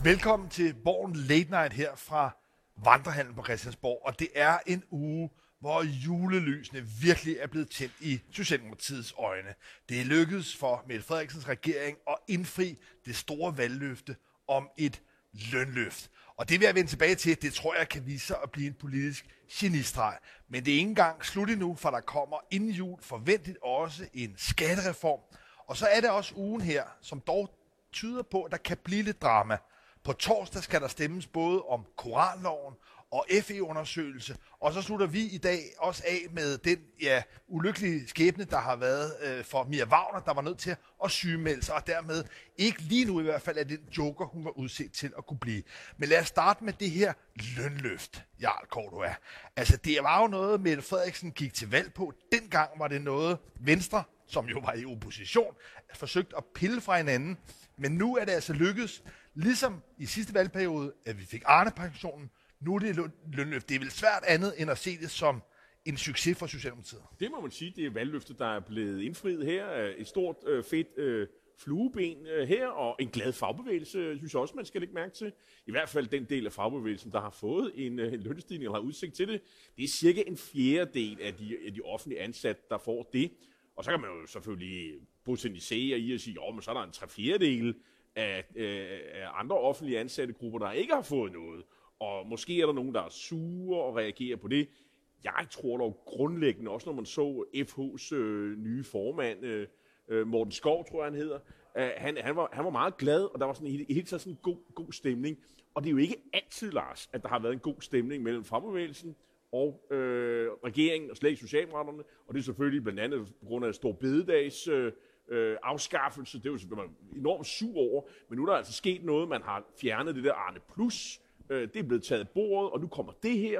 Velkommen til Borgen Late Night her fra Vandrehallen på Christiansborg. Og det er en uge, hvor julelysene virkelig er blevet tændt i Socialdemokratiets øjne. Det er lykkedes for Mette Frederiksens regering at indfri det store valgløfte om et lønløft. Og det vil jeg vende tilbage til, det tror jeg kan vise sig at blive en politisk genistreg. Men det er ikke engang slut endnu, for der kommer inden jul forventeligt også en skattereform. Og så er det også ugen her, som dog tyder på, at der kan blive lidt drama. På torsdag skal der stemmes både om koranloven og FE-undersøgelse, og så slutter vi i dag også af med den ulykkelige skæbne, der har været for Mia Wagner, der var nødt til at sygemelde sig, og dermed ikke lige nu i hvert fald er den joker, hun var udset til at kunne blive. Men lad os starte med det her lønløft, Jarl Cordua. Altså, det var jo noget, Mette Frederiksen gik til valg på. Dengang var det noget Venstre, som jo var i opposition, forsøgt at pille fra hinanden. Men nu er det altså lykkedes, ligesom i sidste valgperiode, at vi fik Arne-pensionen. Nu er det lønløft. Det er vel svært andet end at se det som en succes for Socialdemokratiet. Det må man sige. Det er valgløftet, der er blevet indfriet her. Et stort, fedt flueben her, og en glad fagbevægelse, synes jeg også, man skal lægge mærke til. I hvert fald den del af fagbevægelsen, der har fået en lønstigning eller har udsigt til det. Det er cirka en fjerdedel af de offentlige ansatte, der får det. Og så kan man jo selvfølgelig botanisere i at sige, men så er der en 3/4 af andre offentlige ansatte grupper, der ikke har fået noget. Og måske er der nogen, der er sure og reagerer på det. Jeg tror dog grundlæggende, også når man så FH's nye formand, Morten Skov, tror jeg han hedder, han var meget glad, og der var sådan helt sådan en god stemning. Og det er jo ikke altid, Lars, at der har været en god stemning mellem fagbevægelsen og regeringen, og slet ikke Socialdemokraterne. Og det er selvfølgelig blandt andet på grund af Stor Bededags afskaffelse. Det er jo selvfølgelig enormt sur over, men nu er der altså sket noget. Man har fjernet det der Arne Plus. Det er blevet taget af bordet, og nu kommer det her.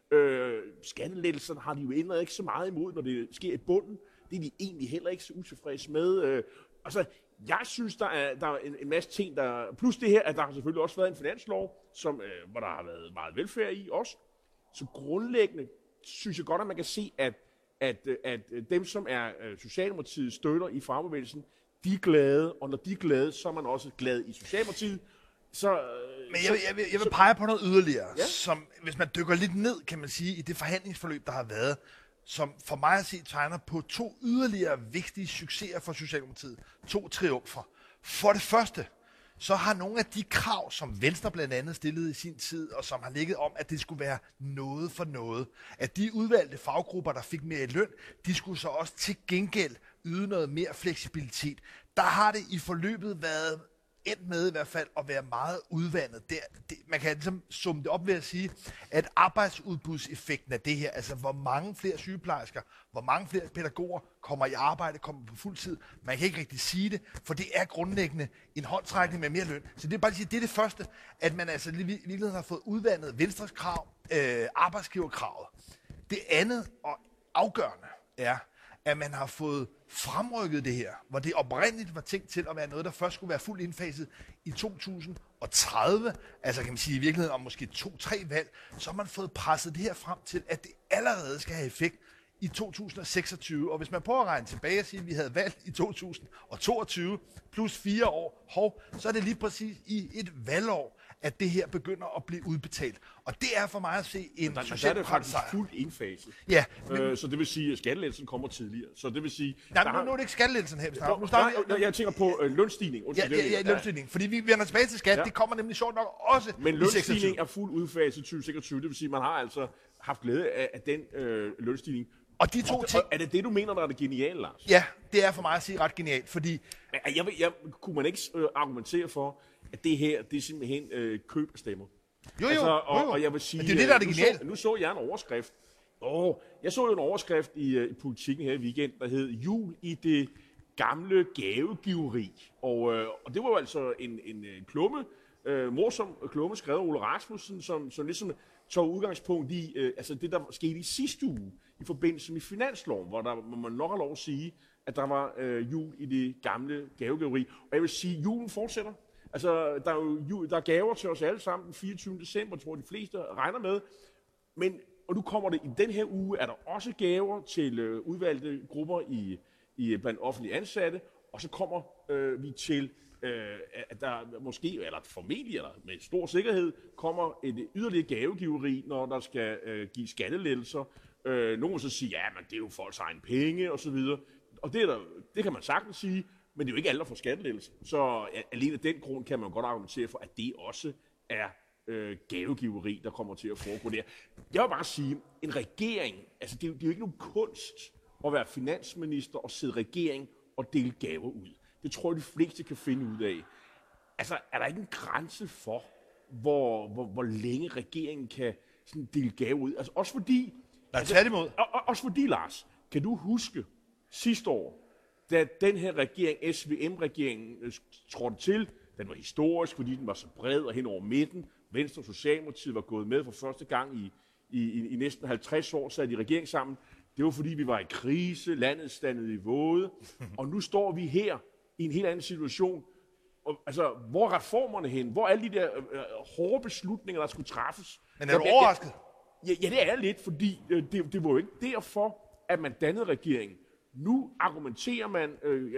Skattelettelserne har de jo ændret ikke så meget imod, når det sker i bunden. Det er de egentlig heller ikke så utilfredse med. Altså, jeg synes, der er en masse ting, der... Plus det her, at der har selvfølgelig også været en finanslov, hvor der har været meget velfærd i også. Så grundlæggende synes jeg godt, at man kan se, at dem, som er Socialdemokratiets støtter i fagbevægelsen, de er glade, og når de er glade, så er man også glad i Socialdemokratiet. Men jeg vil pege på noget yderligere, som hvis man dykker lidt ned, kan man sige, i det forhandlingsforløb, der har været, som for mig at se tegner på 2 yderligere vigtige succeser for Socialdemokratiet. 2 triumfer. For det første, så har nogle af de krav, som Venstre blandt andet stillede i sin tid, og som har ligget om, at det skulle være noget for noget, at de udvalgte faggrupper, der fik mere i løn, de skulle så også til gengæld yde noget mere fleksibilitet. Der har det i forløbet været endt med i hvert fald at være meget udvandet. Man kan ligesom summe det op ved at sige, at arbejdsudbudseffekten af det her, altså hvor mange flere sygeplejersker, hvor mange flere pædagoger kommer i arbejde, kommer på fuld tid, man kan ikke rigtig sige det, for det er grundlæggende en håndtrækning med mere løn. Så det er bare at sige, det er det første, at man altså i virkeligheden har fået udvandet Venstres krav, arbejdsgiverkravet. Det andet og afgørende er, at man har fået fremrykket det her, hvor det oprindeligt var tænkt til at være noget, der først skulle være fuldt indfaset i 2030, altså kan man sige i virkeligheden om måske 2-3 valg, så har man fået presset det her frem til, at det allerede skal have effekt i 2026. Og hvis man prøver at regne tilbage og sige, at vi havde valgt i 2022 plus 4 år, så er det lige præcis i et valgår, at det her begynder at blive udbetalt. Og det er for mig at se en socialdemokratisk sejr. Der er det faktisk fuldt indfaset. Ja. Så det vil sige, at skattelettelsen kommer tidligere. Så det vil sige... Nej, nu er det ikke skattelettelsen her. Jeg tænker på lønstigning. Lønstigning. Fordi vi vender tilbage til skat. Ja. Det kommer nemlig sjovt nok også. Men lønstigning er fuldt udfaset 2026. Det vil sige, at man har altså haft glæde af den lønstigning. Og de to ting... Er det, du mener, der er det geniale, Lars? Ja, det er for mig at sige ret genialt, fordi... Kunne man ikke argumentere for, at det her, det er simpelthen køb af stemmer? Jo. Og jeg vil sige... Men det er det, der er det geniale. Nu så jeg en overskrift. Jeg så jo en overskrift i Politikken her i weekend, der hed Jul i det gamle gavegiveri. Og det var jo altså en klumme, morsom klumme, skrevet af Ole Rasmussen, som ligesom tog udgangspunkt i altså det, der skete i sidste uge i forbindelse med finansloven, hvor der må man nok have lov at sige, at der var jul i det gamle gavegiveri. Og jeg vil sige, at julen fortsætter. Altså, der er gaver til os alle sammen den 24. december, tror jeg, de fleste regner med. Og nu kommer det i den her uge, er der også gaver til udvalgte grupper blandt offentlige ansatte, og så kommer vi til at der måske, eller formentlig, eller med stor sikkerhed, kommer et yderligere gavegiveri, når der skal give skattelettelser. Nogen vil så sige, ja, men det er jo folks egen penge, og så videre. Og det kan man sagtens sige, men det er jo ikke alle, der får skattelettelser. Så alene af den grund kan man godt argumentere for, at det også er gavegiveri, der kommer til at foregå der. Jeg vil bare sige, en regering, altså det er jo ikke nogen kunst at være finansminister og sidde regering og dele gaver ud. Det tror jeg, de fleste kan finde ud af. Altså, er der ikke en grænse for, hvor længe regeringen kan sådan dele gaver ud? Altså, også fordi... tværtimod. Også fordi, Lars, kan du huske sidste år, da den her regering, SVM-regeringen, trådte til, den var historisk, fordi den var så bred og hen over midten. Venstre og Socialdemokratiet var gået med for første gang i næsten 50 år, sad de regering sammen. Det var fordi, vi var i krise, landet standede i våde, og nu står vi her i en helt anden situation. Og, altså, hvor er reformerne hen? Hvor er alle de der hårde beslutninger, der skulle træffes? Men er du overrasket? Ja, det er lidt, fordi det var jo ikke derfor, at man dannede regeringen. Nu argumenterer man,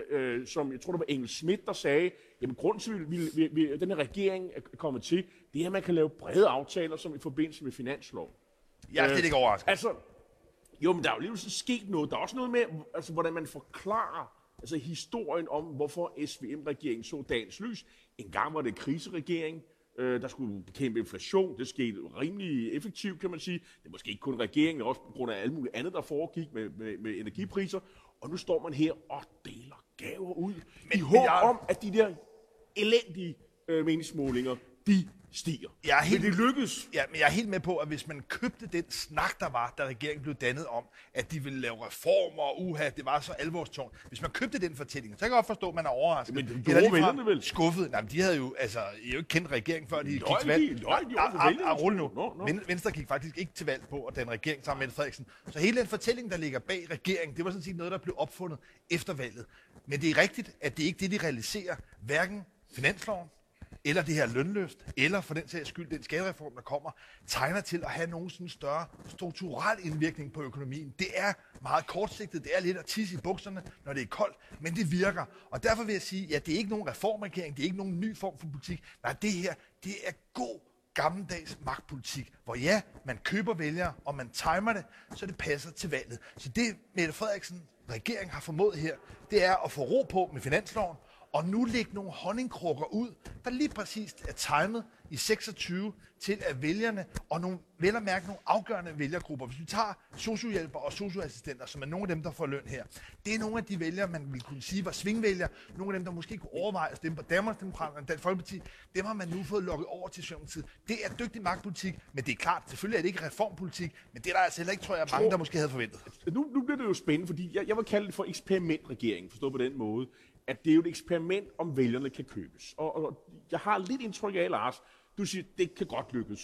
som jeg tror, det var Engel Schmidt, der sagde, jamen grunden til, at den her regering er kommet til, det er, at man kan lave brede aftaler, som i forbindelse med finanslov. Jeg er slet ikke overrasket. Altså, jo, men der er jo lige sket noget. Der er også noget med, altså, hvordan man forklarer altså, historien om, hvorfor SVM-regeringen så dagens lys. En gang var det kriseregering, der skulle bekæmpe inflation. Det skete rimelig effektivt, kan man sige. Det er måske ikke kun regeringen, men også på grund af alt muligt andet, der foregik med energipriser. Og nu står man her og deler gaver ud. I håb om, at de der elendige meningsmålinger, de stiger. Men det lykkes. Ja, men jeg er helt med på, at hvis man købte den snak, der var, da regeringen blev dannet om, at de ville lave reformer og det var så alvorstungt. Hvis man købte den fortælling, så kan jeg godt forstå, at man er overrasket. Men det gjorde vælgerne vel? Skuffet. Nej, men de havde jo, altså, jo ikke kendt regeringen, før de gik til valg. Rulle nu. Venstre gik faktisk ikke til valg på at danne regering sammen med Mette Frederiksen. Så hele den fortælling, der ligger bag regeringen, det var sådan set noget, der blev opfundet efter valget. Men det er rigtigt, at det ikke er det, de realiserer. Hverken finansloven, eller det her lønløft, eller for den sags skyld, den skattereform, der kommer, tegner til at have nogen sådan større strukturel indvirkning på økonomien. Det er meget kortsigtet, det er lidt at tisse i bukserne, når det er koldt, men det virker. Og derfor vil jeg sige, ja, det er ikke nogen reformregering, det er ikke nogen ny form for politik. Nej, det her, det er god gammeldags magtpolitik, hvor ja, man køber vælgere, og man timer det, så det passer til valget. Så det, Mette Frederiksen regering har formået her, det er at få ro på med finansloven, og nu lægge nogle honningkrukker ud, der lige præcis er timet i 26 til at vælgerne, og nogle, vel at mærke nogle afgørende vælgergrupper. Hvis vi tager sociohjælpere og socioassistenter, som er nogle af dem, der får løn her, det er nogle af de vælgere, man vil kunne sige var svingvælgere, nogle af dem, der måske kunne overveje at stemme på Danmarksdemokraterne og Dansk Folkeparti, dem har man nu fået lukket over til Socialdemokratiet. Det er dygtig magtpolitik, men det er klart, selvfølgelig er det ikke reformpolitik, men det er der altså heller ikke, tror jeg, mange, der måske havde forventet. Nu bliver det jo spændende, fordi jeg vil kalde det for eksperimentregering, forstået på den måde, at det er jo et eksperiment, om vælgerne kan købes. Og jeg har lidt indtryk af, Lars, du siger, at det kan godt lykkes.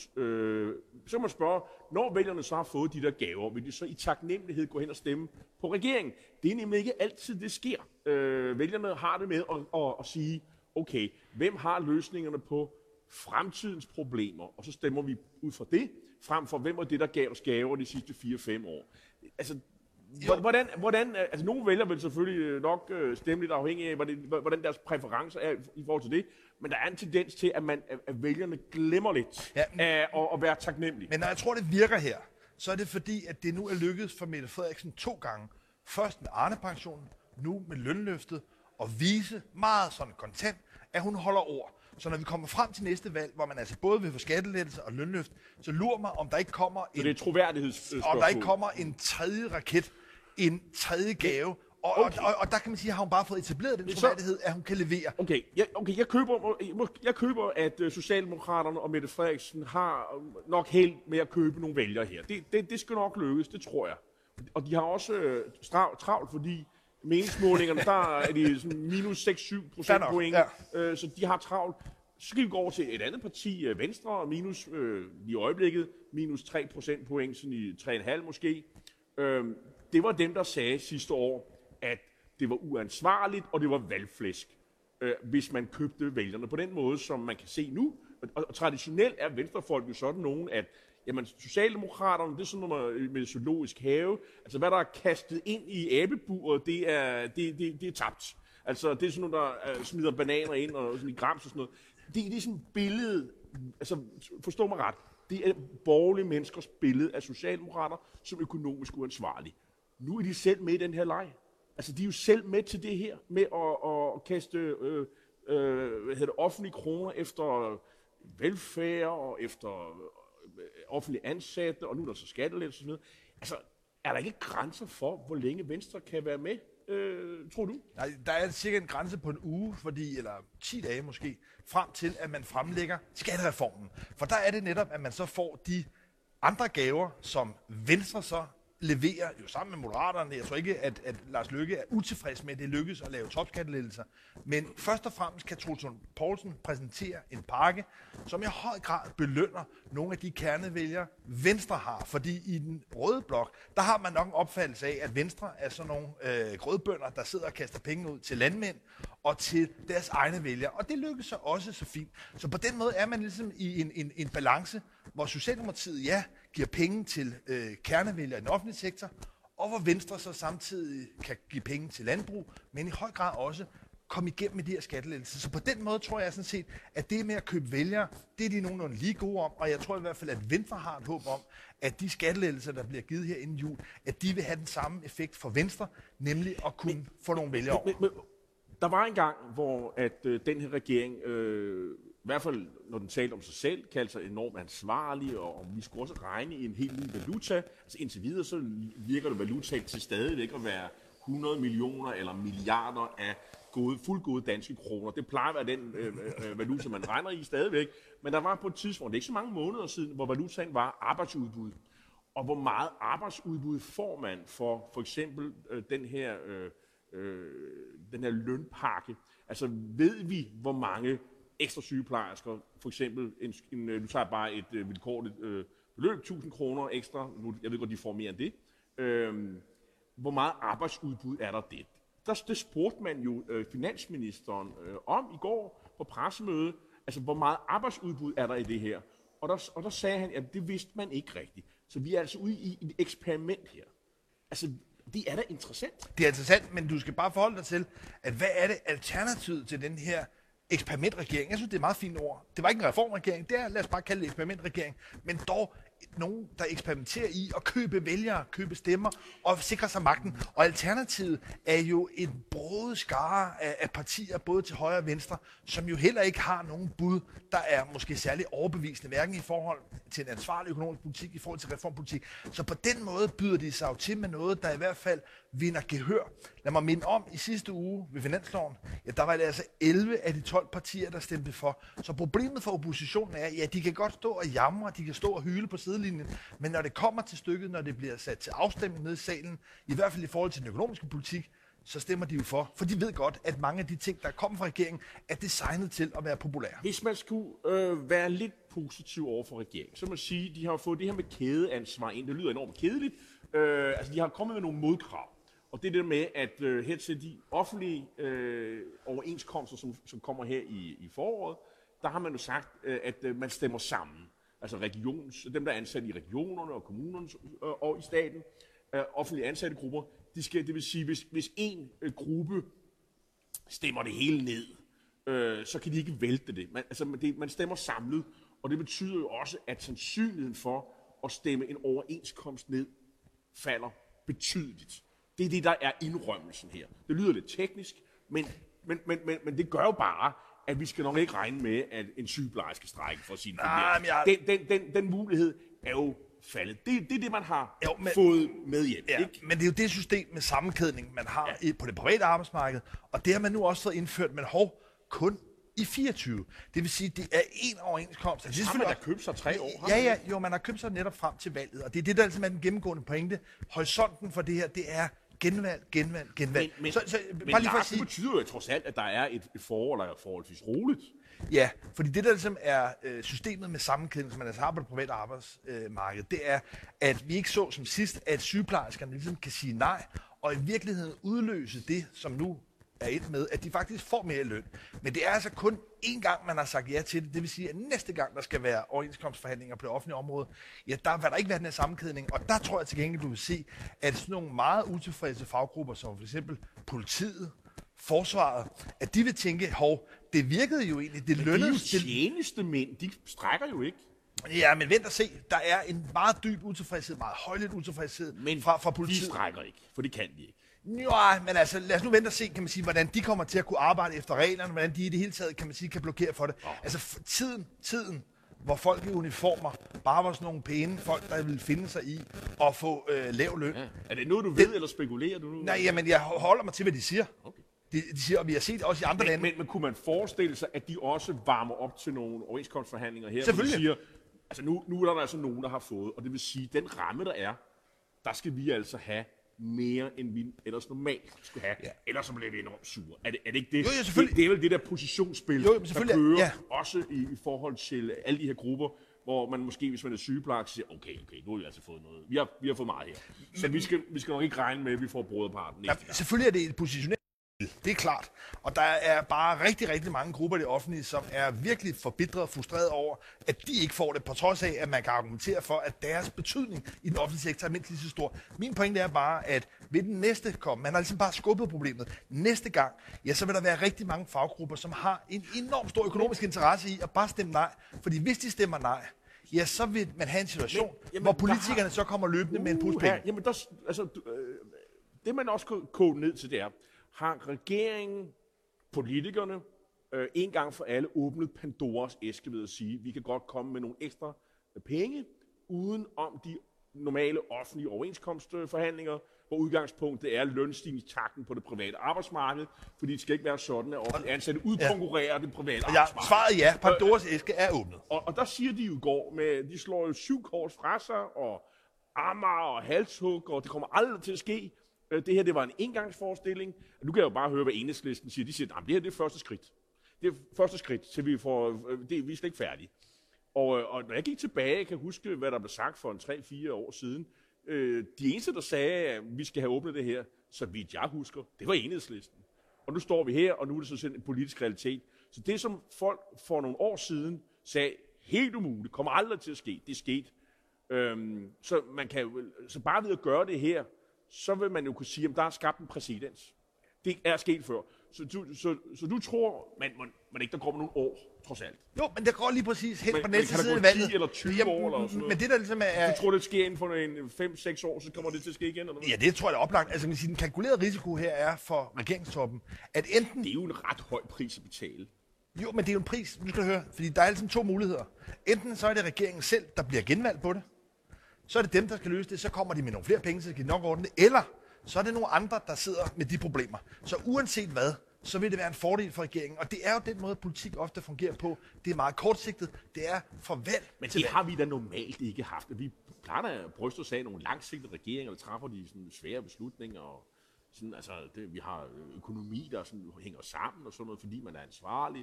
Så kan man spørge, når vælgerne så har fået de der gaver, vil de så i taknemmelighed gå hen og stemme på regeringen? Det er nemlig ikke altid, det sker. Vælgerne har det med at sige, okay, hvem har løsningerne på fremtidens problemer? Og så stemmer vi ud fra det, frem for hvem var det, der gav os gaver de sidste 4-5 år. Altså, hvordan, altså nogle vælger vil selvfølgelig nok stemme lidt afhængig af, hvordan deres præferencer er i forhold til det, men der er en tendens til, at vælgerne glemmer lidt at være taknemmelige. Men når jeg tror, det virker her, så er det fordi, at det nu er lykkedes for Mette Frederiksen 2 gange. Først med Arne-pensionen, nu med lønløftet, og vise meget sådan kontant, at hun holder ord. Så når vi kommer frem til næste valg, hvor man altså både vil få skattelettelse og lønløft, så lurer mig, om der ikke kommer en tredje raket, en tredje gave. Og der kan man sige, at hun bare fået etableret den troværdighed, at hun kan levere. Okay, jeg køber, at Socialdemokraterne og Mette Frederiksen har nok held med at købe nogle vælgere her. Det skal nok lykkes, det tror jeg. Og de har også travlt, fordi meningsmålingerne, der er de sådan minus 6-7 procentpoint, så de har travlt. Så skal vi gå over til et andet parti, Venstre, minus i øjeblikket, minus 3 procentpoint, sådan i 3,5 måske. Det var dem, der sagde sidste år, at det var uansvarligt, og det var valgflæsk, hvis man købte vælgerne på den måde, som man kan se nu. Og traditionelt er venstrefolk jo sådan nogen, at jamen, Socialdemokraterne, det er sådan noget med zoologisk have. Altså, hvad der er kastet ind i abeburet, det er tabt. Altså, det er sådan nogle, der smider bananer ind og sådan i grams og sådan noget. Det er sådan et billede, altså forstå mig ret, det er borgerlige menneskers billede af socialdemokrater som økonomisk uansvarlige. Nu er de selv med i den her leg. Altså, de er jo selv med til det her, med at kaste offentlige kroner efter velfærd og efter offentlige ansatte, og nu er der så skattelettelser og sådan noget. Altså, er der ikke grænser for, hvor længe Venstre kan være med, tror du? Nej, der er cirka en grænse på en uge, eller 10 dage måske, frem til, at man fremlægger skattereformen. For der er det netop, at man så får de andre gaver, som Venstre så leverer, jo sammen med Moderaterne. Jeg tror ikke, at Lars Løkke er utilfreds med, at det lykkes at lave topskattelettelser. Men først og fremmest kan Troels Lund Poulsen præsentere en pakke, som i høj grad belønner nogle af de kernevælgere, Venstre har. Fordi i den røde blok, der har man nok en opfattelse af, at Venstre er sådan nogle grødbønder, der sidder og kaster penge ud til landmænd og til deres egne vælgere. Og det lykkes så også så fint. Så på den måde er man ligesom i en balance, hvor Socialdemokratiet, giver penge til kernevælgere i den offentlige sektor, og hvor Venstre så samtidig kan give penge til landbrug, men i høj grad også komme igennem med de her skattelettelser. Så på den måde tror jeg sådan set, at det med at købe vælgere, det er de nogenlunde lige gode om, og jeg tror i hvert fald, at Venstre har et håb om, at de skattelettelser, der bliver givet her inden jul, at de vil have den samme effekt for Venstre, nemlig at kunne få nogle vælgere over. Men der var en gang, hvor at den her regering, i hvert fald når den talte om sig selv, kaldte sig enormt ansvarlig, og vi skulle også regne i en helt ny valuta. Altså indtil videre, så virker det valutaen til stadigvæk at være 100 millioner eller milliarder af fuldgode danske kroner. Det plejer at være den valuta, man regner i stadigvæk. Men der var på et tidspunkt, det er ikke så mange måneder siden, hvor valutaen var arbejdsudbud. Og hvor meget arbejdsudbud får man for eksempel den her lønpakke? Altså ved vi, hvor mange ekstra sygeplejersker, for eksempel, nu tager jeg bare et vilkårligt beløb, 1.000 kroner ekstra, jeg ved godt, de får mere end det. Hvor meget arbejdsudbud er der det? Det spurgte man jo finansministeren om i går på pressemøde, altså hvor meget arbejdsudbud er der i det her? Og der sagde han, at det vidste man ikke rigtigt. Så vi er altså ude i et eksperiment her. Altså, det er da interessant. Det er interessant, men du skal bare forholde dig til, at hvad er det alternativet til den her eksperimentregering? Jeg synes, det er et meget fint ord. Det var ikke en reformregering, det er, lad os bare kalde det eksperimentregering, men dog nogen, der eksperimenterer i at købe vælgere, købe stemmer og sikre sig magten. Og alternativet er jo et broget skare af partier, både til højre og venstre, som jo heller ikke har nogen bud, der er måske særlig overbevisende, hverken i forhold til en ansvarlig økonomisk politik, i forhold til reformpolitik. Så på den måde byder de sig jo til med noget, der i hvert fald vinder gehør. Lad mig minde om, i sidste uge ved finansloven, der var det altså 11 af de 12 partier, der stemte for. Så problemet for oppositionen er, de kan godt stå og jamre, de kan stå og hyle på sidelinjen, men når det kommer til stykket, når det bliver sat til afstemning nede i salen, i hvert fald i forhold til den økonomiske politik, så stemmer de jo for de ved godt, at mange af de ting, der kommer fra regeringen, er designet til at være populære. Hvis man skulle være lidt positiv over for regeringen, så må man sige, at de har fået det her med kædeansvar ind. Det lyder enormt kedeligt. Altså, de har kommet med nogle modkrav. Og det der med, at her til de offentlige overenskomster, som kommer her i foråret, der har man jo sagt, at man stemmer sammen. Altså dem, der er ansat i regionerne og kommunerne og i staten, offentlige ansatte grupper, det vil sige, hvis en gruppe stemmer det hele ned, så kan de ikke vælte det. Man stemmer samlet, og det betyder jo også, at sandsynligheden for at stemme en overenskomst ned falder betydeligt. Det er det, der er indrømmelsen her. Det lyder lidt teknisk, men det gør jo bare, at vi skal nok ikke regne med, at en sygeplejerske strække for sin den mulighed er jo faldet. Det er det, man har fået med hjem. Ja, ikke? Men det er jo det system med sammenkædning, man har på det private arbejdsmarked, og det har man nu også fået indført, men kun i 24. Det vil sige, det er en overenskomst. Det har man da købt sig 3 år. Jo, man har købt sig netop frem til valget, og det er det, der altså er den gennemgående pointe. Horisonten for det her, det er genvalg. Men Lars, det betyder jo trods alt, at der er et forår, der er forholdsvis roligt. Ja, fordi det der ligesom er systemet med sammenkædning, som man altså har på det private arbejdsmarked, det er, at vi ikke så som sidst, at sygeplejerskerne ligesom kan sige nej, og i virkeligheden udløse det, som nu er et med, at de faktisk får mere løn. Men det er altså kun én gang, man har sagt ja til det. Det vil sige, at næste gang, der skal være overenskomstforhandlinger på det offentlige område, der vil der ikke være den her sammenkædning. Og der tror jeg til gengæld, du vil se, at sådan nogle meget utilfredse faggrupper, som for eksempel politiet, forsvaret, at de vil tænke, det virkede jo egentlig, det lønnede... Det er jo tjenestemænd, de strækker jo ikke. Ja, men vent og se, der er en meget dyb utilfredshed, meget højlydt utilfredshed fra politiet. De strækker ikke, for det kan de ikke. Nej, men altså, lad os nu vente og se, kan man sige, hvordan de kommer til at kunne arbejde efter reglerne, hvordan de i det hele taget, kan man sige, kan blokere for det. Altså, tiden, hvor folk i uniformer bare var sådan nogle pæne folk, der ville finde sig i at få lav løn. Ja. Er det noget, du ved, eller spekulerer du nu? Nej, jamen, jeg holder mig til, hvad de siger. Okay. De siger, og vi har set også i andre lande. Men kunne man forestille sig, at de også varmer op til nogle overenskomstforhandlinger her? Selvfølgelig. Hvor de siger, altså nu er der altså nogen, der har fået, og det vil sige, den ramme, der skal vi altså have mere, end vi ellers normalt skulle have. Ja. Ellers så bliver vi enormt sure. Er det ikke det? Jo, selvfølgelig. Det er vel det der positionsspil, der kører, også i forhold til alle de her grupper, hvor man måske, hvis man er sygeplejerske, siger, okay, nu har vi altså fået noget. Vi har fået meget her. Så vi skal nok ikke regne med, at vi får broderparten næste gang. Selvfølgelig er det et positionelt. Det er klart. Og der er bare rigtig, rigtig mange grupper i det offentlige, som er virkelig forbitret og frustreret over, at de ikke får det, på trods af, at man kan argumentere for, at deres betydning i den offentlige sektor er mindst lige så stor. Min pointe er bare, at ved den næste man har ligesom bare skubbet problemet. Næste gang, ja, så vil der være rigtig mange faggrupper, som har en enormt stor økonomisk interesse i at bare stemme nej. Fordi hvis de stemmer nej, ja, så vil man have en situation, hvor politikerne så kommer løbende med en pose penge. Jamen, det man også kan kode ned til, det er, har regeringen, politikerne, en gang for alle åbnet Pandoras æske ved at sige, vi kan godt komme med nogle ekstra penge, uden om de normale offentlige overenskomstforhandlinger, hvor udgangspunktet er lønstigningstakten på det private arbejdsmarked, fordi det skal ikke være sådan, at offentlige ansatte udkonkurrerer det private arbejdsmarked. Svaret ja, Pandoras æske er åbnet. Og der siger de jo i går, de slår jo 7 kort fra sig, og Amager og halshug, og det kommer aldrig til at ske. Det her, det var en engangsforestilling. Nu kan jeg jo bare høre, hvad Enhedslisten siger. De siger, at det her det er første skridt. Det er første skridt, til vi er slet ikke færdige. Og når jeg gik tilbage, jeg kan huske, hvad der blev sagt for 3-4 år siden. De eneste, der sagde, at vi skal have åbnet det her, så vidt jeg husker, det var Enhedslisten. Og nu står vi her, og nu er det sådan en politisk realitet. Så det, som folk for nogle år siden sagde, helt umuligt, kommer aldrig til at ske, det er sket. Så man kan så bare ved at gøre det her, så vil man jo kunne sige, at der er skabt en præcedens. Det er sket før. Så du tror, man ikke, der går nogle år, trods alt? Jo, men det går lige præcis hen på næste side af valget. 10 eller 20 år eller sådan noget? Men det der ligesom er... Du tror, det sker inden for 5-6 år, så kommer det til at ske igen? Eller ja, det tror jeg er oplagt. Altså, den kalkulerede risiko her er for regeringstoppen, at enten... Det er jo en ret høj pris at betale. Jo, men det er jo en pris, du skal høre, fordi der er ligesom 2 muligheder. Enten så er det regeringen selv, der bliver genvalgt på det, så er det dem, der skal løse det, så kommer de med nogle flere penge, så kan de nok ordne det, eller så er det nogle andre, der sidder med de problemer. Så uanset hvad, så vil det være en fordel for regeringen, og det er jo den måde, politik ofte fungerer på. Det er meget kortsigtet, det er for valg. Men det har vi da normalt ikke haft. Vi plejer da at bryste os af nogle langsigtede regeringer, der træffer de sådan svære beslutninger, og sådan, altså, vi har økonomi, der sådan hænger sammen og sådan noget, fordi man er ansvarlig.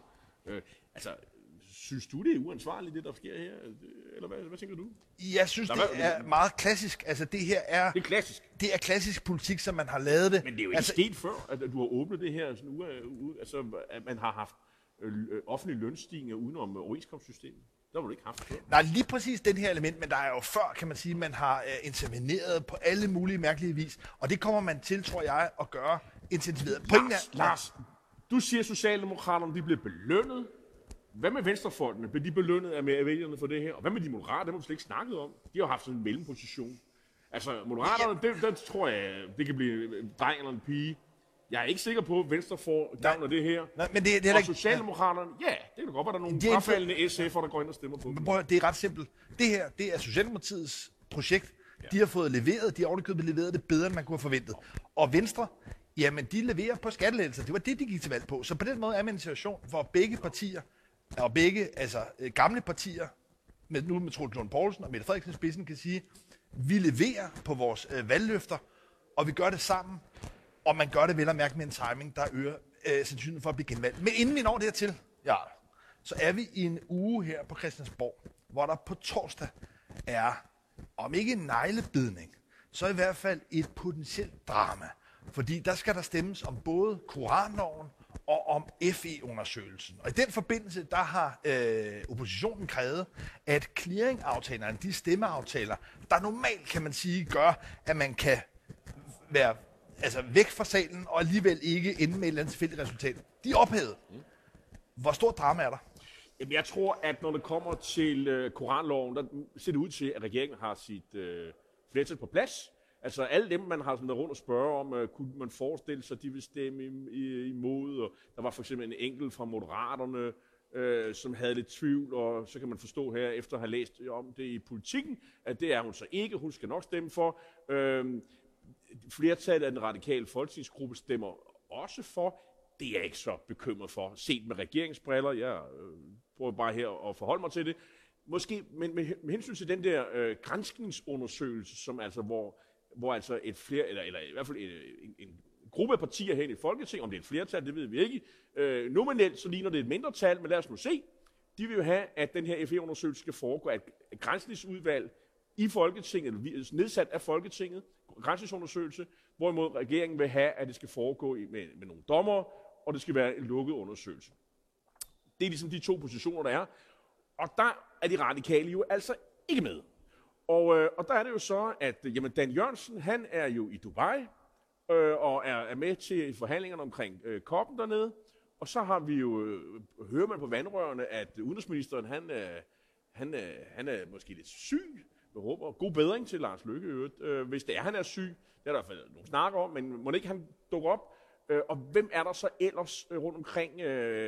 Synes du, det er uansvarligt, det der sker her? Eller hvad tænker du? Jeg synes, det er meget klassisk. Altså, det her er... Det er klassisk? Det er klassisk politik, som man har lavet det. Men det er jo ikke sket før, at du har åbnet det her, sådan altså, at man har haft offentlige lønstigninger udenom overenskomstsystemet. Der har du ikke haft før. Nej, lige præcis den her element, men der er jo før, kan man sige, man har interveneret på alle mulige mærkelige vis. Og det kommer man til, tror jeg, at gøre intensiveret. Lars, du siger, at Socialdemokraterne de bliver belønnet. Hvad med venstrefolkene? Bliver de belønnet af vælgerne for det her? Og hvad med de moderate? Det har vi slet ikke snakket om. De har haft sådan en mellemposition. Altså, moderaterne, det tror jeg, det kan blive en dreng eller en pige. Jeg er ikke sikker på, at Venstre får gavn af det her. Nej, men det er og Socialdemokraterne, ja, det kan godt være, der er nogle frafaldende SF'er, der går ind og stemmer på dem. Det er ret simpelt. Det her, det er Socialdemokratiets projekt. Ja. De har fået leveret, de har ovenikøbet leveret det bedre, end man kunne have forventet. Og Venstre, jamen, de leverer på skattelettelser. Det var det, de gik til valg på. Så på den måde er man en situation, hvor begge partier, og begge gamle partier, nu med Troels Lund Poulsen og Mette Frederiksen spidsen, kan sige, vi leverer på vores valgløfter, og vi gør det sammen, og man gør det vel at mærke med en timing, der øger sandsynligheden for at blive genvalgt. Men inden vi når dertil, ja, så er vi i en uge her på Christiansborg, hvor der på torsdag er, om ikke en neglebidning, så i hvert fald et potentielt drama. Fordi der skal der stemmes om både koranloven og om FE-undersøgelsen. Og i den forbindelse, der har oppositionen krævet, at clearingaftalerne, de stemmeaftaler, der normalt, kan man sige, gør, at man kan være altså væk fra salen, og alligevel ikke ende med et eller andet tilfældigt resultat. De er ophævet. Hvor stort drama er der? Jamen, jeg tror, at når det kommer til koranloven, der ser det ud til, at regeringen har sit flertal på plads. Altså alle dem, man har sådan rundt og spørge om, kunne man forestille sig, at de vil stemme imod. Og der var for eksempel en enkelt fra Moderaterne, som havde lidt tvivl, og så kan man forstå her, efter at have læst om det i Politikken, at det er hun så ikke. Hun skal nok stemme for. Flertallet af den radikale folketingsgruppe stemmer også for. Det er jeg ikke så bekymret for, set med regeringsbriller. Jeg prøver bare her at forholde mig til det. Måske, men med hensyn til den der granskningsundersøgelse, som altså, hvor altså et flere, eller i hvert fald en gruppe af partier her i Folketinget, om det er et flertal, det ved vi ikke. Nominelt så ligner det et mindretal, men lad os nu se. De vil jo have, at den her FE-undersøgelse skal foregå, at et granskningsudvalg i Folketinget, eller nedsat af Folketinget, granskningsundersøgelse, hvorimod regeringen vil have, at det skal foregå med nogle dommere, og det skal være en lukket undersøgelse. Det er ligesom de to positioner, der er. Og der er de radikale jo altså ikke med. Og der er det jo så, at jamen, Dan Jørgensen, han er jo i Dubai, og er med til forhandlingerne omkring COP'en dernede. Og så har vi jo, hører man på vandrørene, at udenrigsministeren, han er måske lidt syg. Jeg håber god bedring til Lars Løkke Rasmussen, hvis det er, han er syg. Det er der i hvert fald nogle snakker om, men må ikke han dukke op? Og hvem er der så ellers rundt omkring?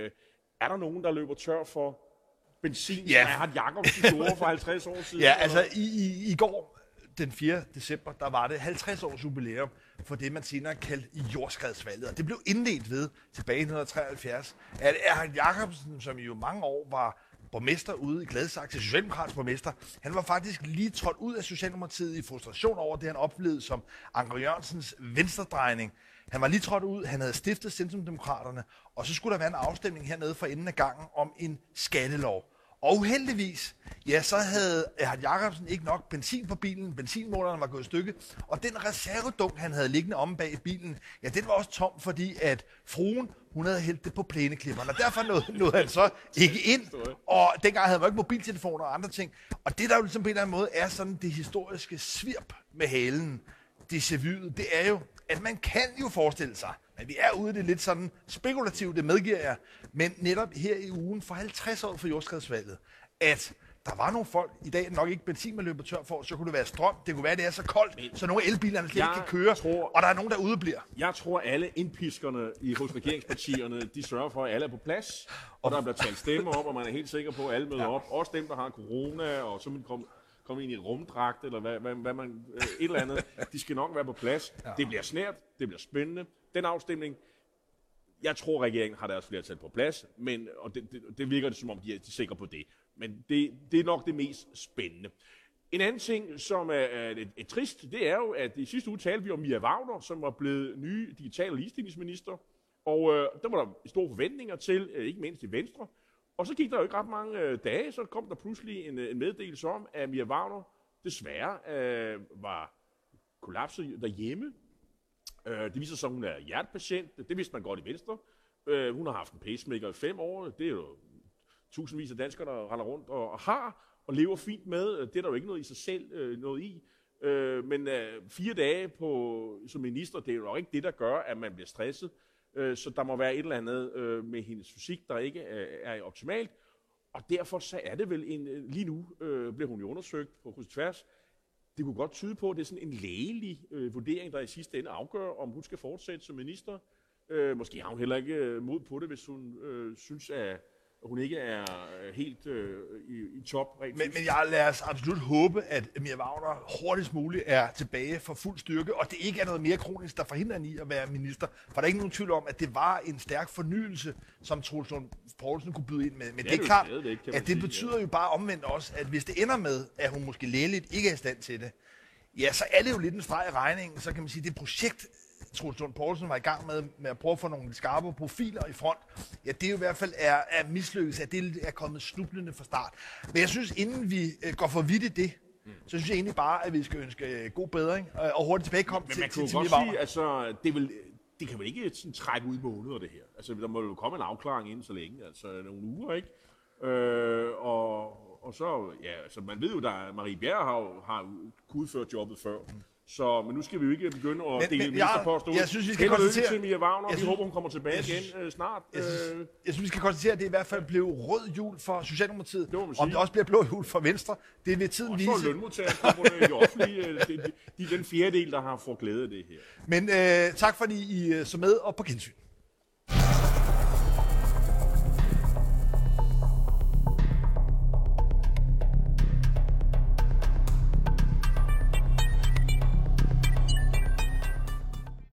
Er der nogen, der løber tør for benzin, som Erhard Jacobsen gjorde for 50 år siden? Ja, altså i går, den 4. december, der var det 50 års jubilæum for det, man senere kaldte jordskredsvalget. Og det blev indledt ved tilbage i 1973, at Erhard Jacobsen, som i jo mange år var borgmester ude i Gladsaxe, socialdemokratisk borgmester, han var faktisk lige trådt ud af Socialdemokratiet i frustration over det, han oplevede som Anker Jørgensens venstredrejning. Han var lige trådt ud, han havde stiftet Centrumdemokraterne, og så skulle der være en afstemning hernede for enden af gangen om en skattelov. Og uheldigvis, ja, så havde Erhard Jacobsen ikke nok benzin på bilen, benzinmåleren var gået i stykke, og den reservedunk, han havde liggende omme bag bilen, ja, den var også tom, fordi at fruen, hun havde hældt det på plæneklipperne, og derfor nåede han så ikke ind, og dengang havde man ikke mobiltelefoner og andre ting. Og det, der jo ligesom på en eller anden måde er sådan det historiske svirp med halen, det serviet, det er jo, at man kan jo forestille sig, at vi er ude i det lidt sådan spekulativt, det medgiver jeg, men netop her i ugen for 50 år for jordskredsvalget, at der var nogle folk, i dag nok ikke benzin, man løber tør for, så kunne det være strøm, det kunne være, det er så koldt, så nogle elbilerne slet ikke kan køre, og der er nogen, der udebliver. Jeg tror, alle indpiskerne hos regeringspartierne, de sørger for, at alle er på plads, og der bliver talt stemmer op, og man er helt sikker på, at alle møder op. Også dem, der har corona, og så komme ind i et rumdragt, eller hvad man, et eller andet. De skal nok være på plads. Ja. Det bliver snært, det bliver spændende. Den afstemning, jeg tror, regeringen har deres flertal på plads, og det virker det, som om de er sikre på det. Men det er nok det mest spændende. En anden ting, som er et trist, det er jo, at i sidste uge talte vi om Mia Wagner, som var blevet ny digital- og ligestillingsminister. Og der var der store forventninger til, ikke mindst i Venstre. Og så gik der jo ikke ret mange dage, så kom der pludselig en meddelelse om, at Mia Wagner desværre var kollapset derhjemme. Det viser sig, at hun er hjertepatient. Det vidste man godt i Venstre. Hun har haft en pacemaker i 5 år. Det er jo tusindvis af danskere, der render rundt og har og lever fint med. Det er der jo ikke noget i sig selv noget i. Men 4 dage som minister, det er jo ikke det, der gør, at man bliver stresset. Så der må være et eller andet med hendes fysik, der ikke er optimalt. Og derfor så er det vel lige nu bliver hun jo undersøgt på kryds og tværs. Det kunne godt tyde på, at det er sådan en lægelig vurdering, der i sidste ende afgør, om hun skal fortsætte som minister. Måske har hun heller ikke mod på det, hvis hun synes, at hun ikke er helt i top. Men jeg lader os absolut håbe, at Mia Wagner hurtigst muligt er tilbage for fuld styrke, og det ikke er noget mere kronisk, der forhindrer hende i at være minister. For der er ikke nogen tvivl om, at det var en stærk fornyelse, som Troels Lund Poulsen kunne byde ind med. Men det er klart, at det betyder jo bare omvendt også, at hvis det ender med, at hun måske lægeligt ikke er i stand til det, ja, så er det jo lidt en streg i regningen. Så kan man sige, det projekt, Troels Lund Poulsen var i gang med at prøve at få nogle skarpe profiler i front, ja, det er jo i hvert fald er mislykkes, at det er kommet snublende fra start. Men jeg synes, inden vi går for vidt i det, så synes jeg egentlig bare, at vi skal ønske god bedring og hurtigt tilbagekomme til Mia Wagner. Men man kan jo godt sige, altså, det kan vel ikke sådan trække ud måneder, det her. Altså, der må jo komme en afklaring inden så længe, altså nogle uger, ikke? Og så, ja, altså man ved jo, at Marie Bjerre har udført jobbet før. Men nu skal vi jo ikke begynde at dele ministerposter ud. Jeg synes, vi skal konstatere... til Mia Wagner, vi håber, hun kommer tilbage igen snart. Jeg synes, vi skal konstatere, at det i hvert fald blev rød jul for Socialdemokratiet. Om det også bliver blå jul for Venstre, det vil tiden vise. Og så lønmodtagere kommer i det offentlige. De er den fjerdedel, der har fået glæde af det her. Men tak fordi I så med, og på gensyn.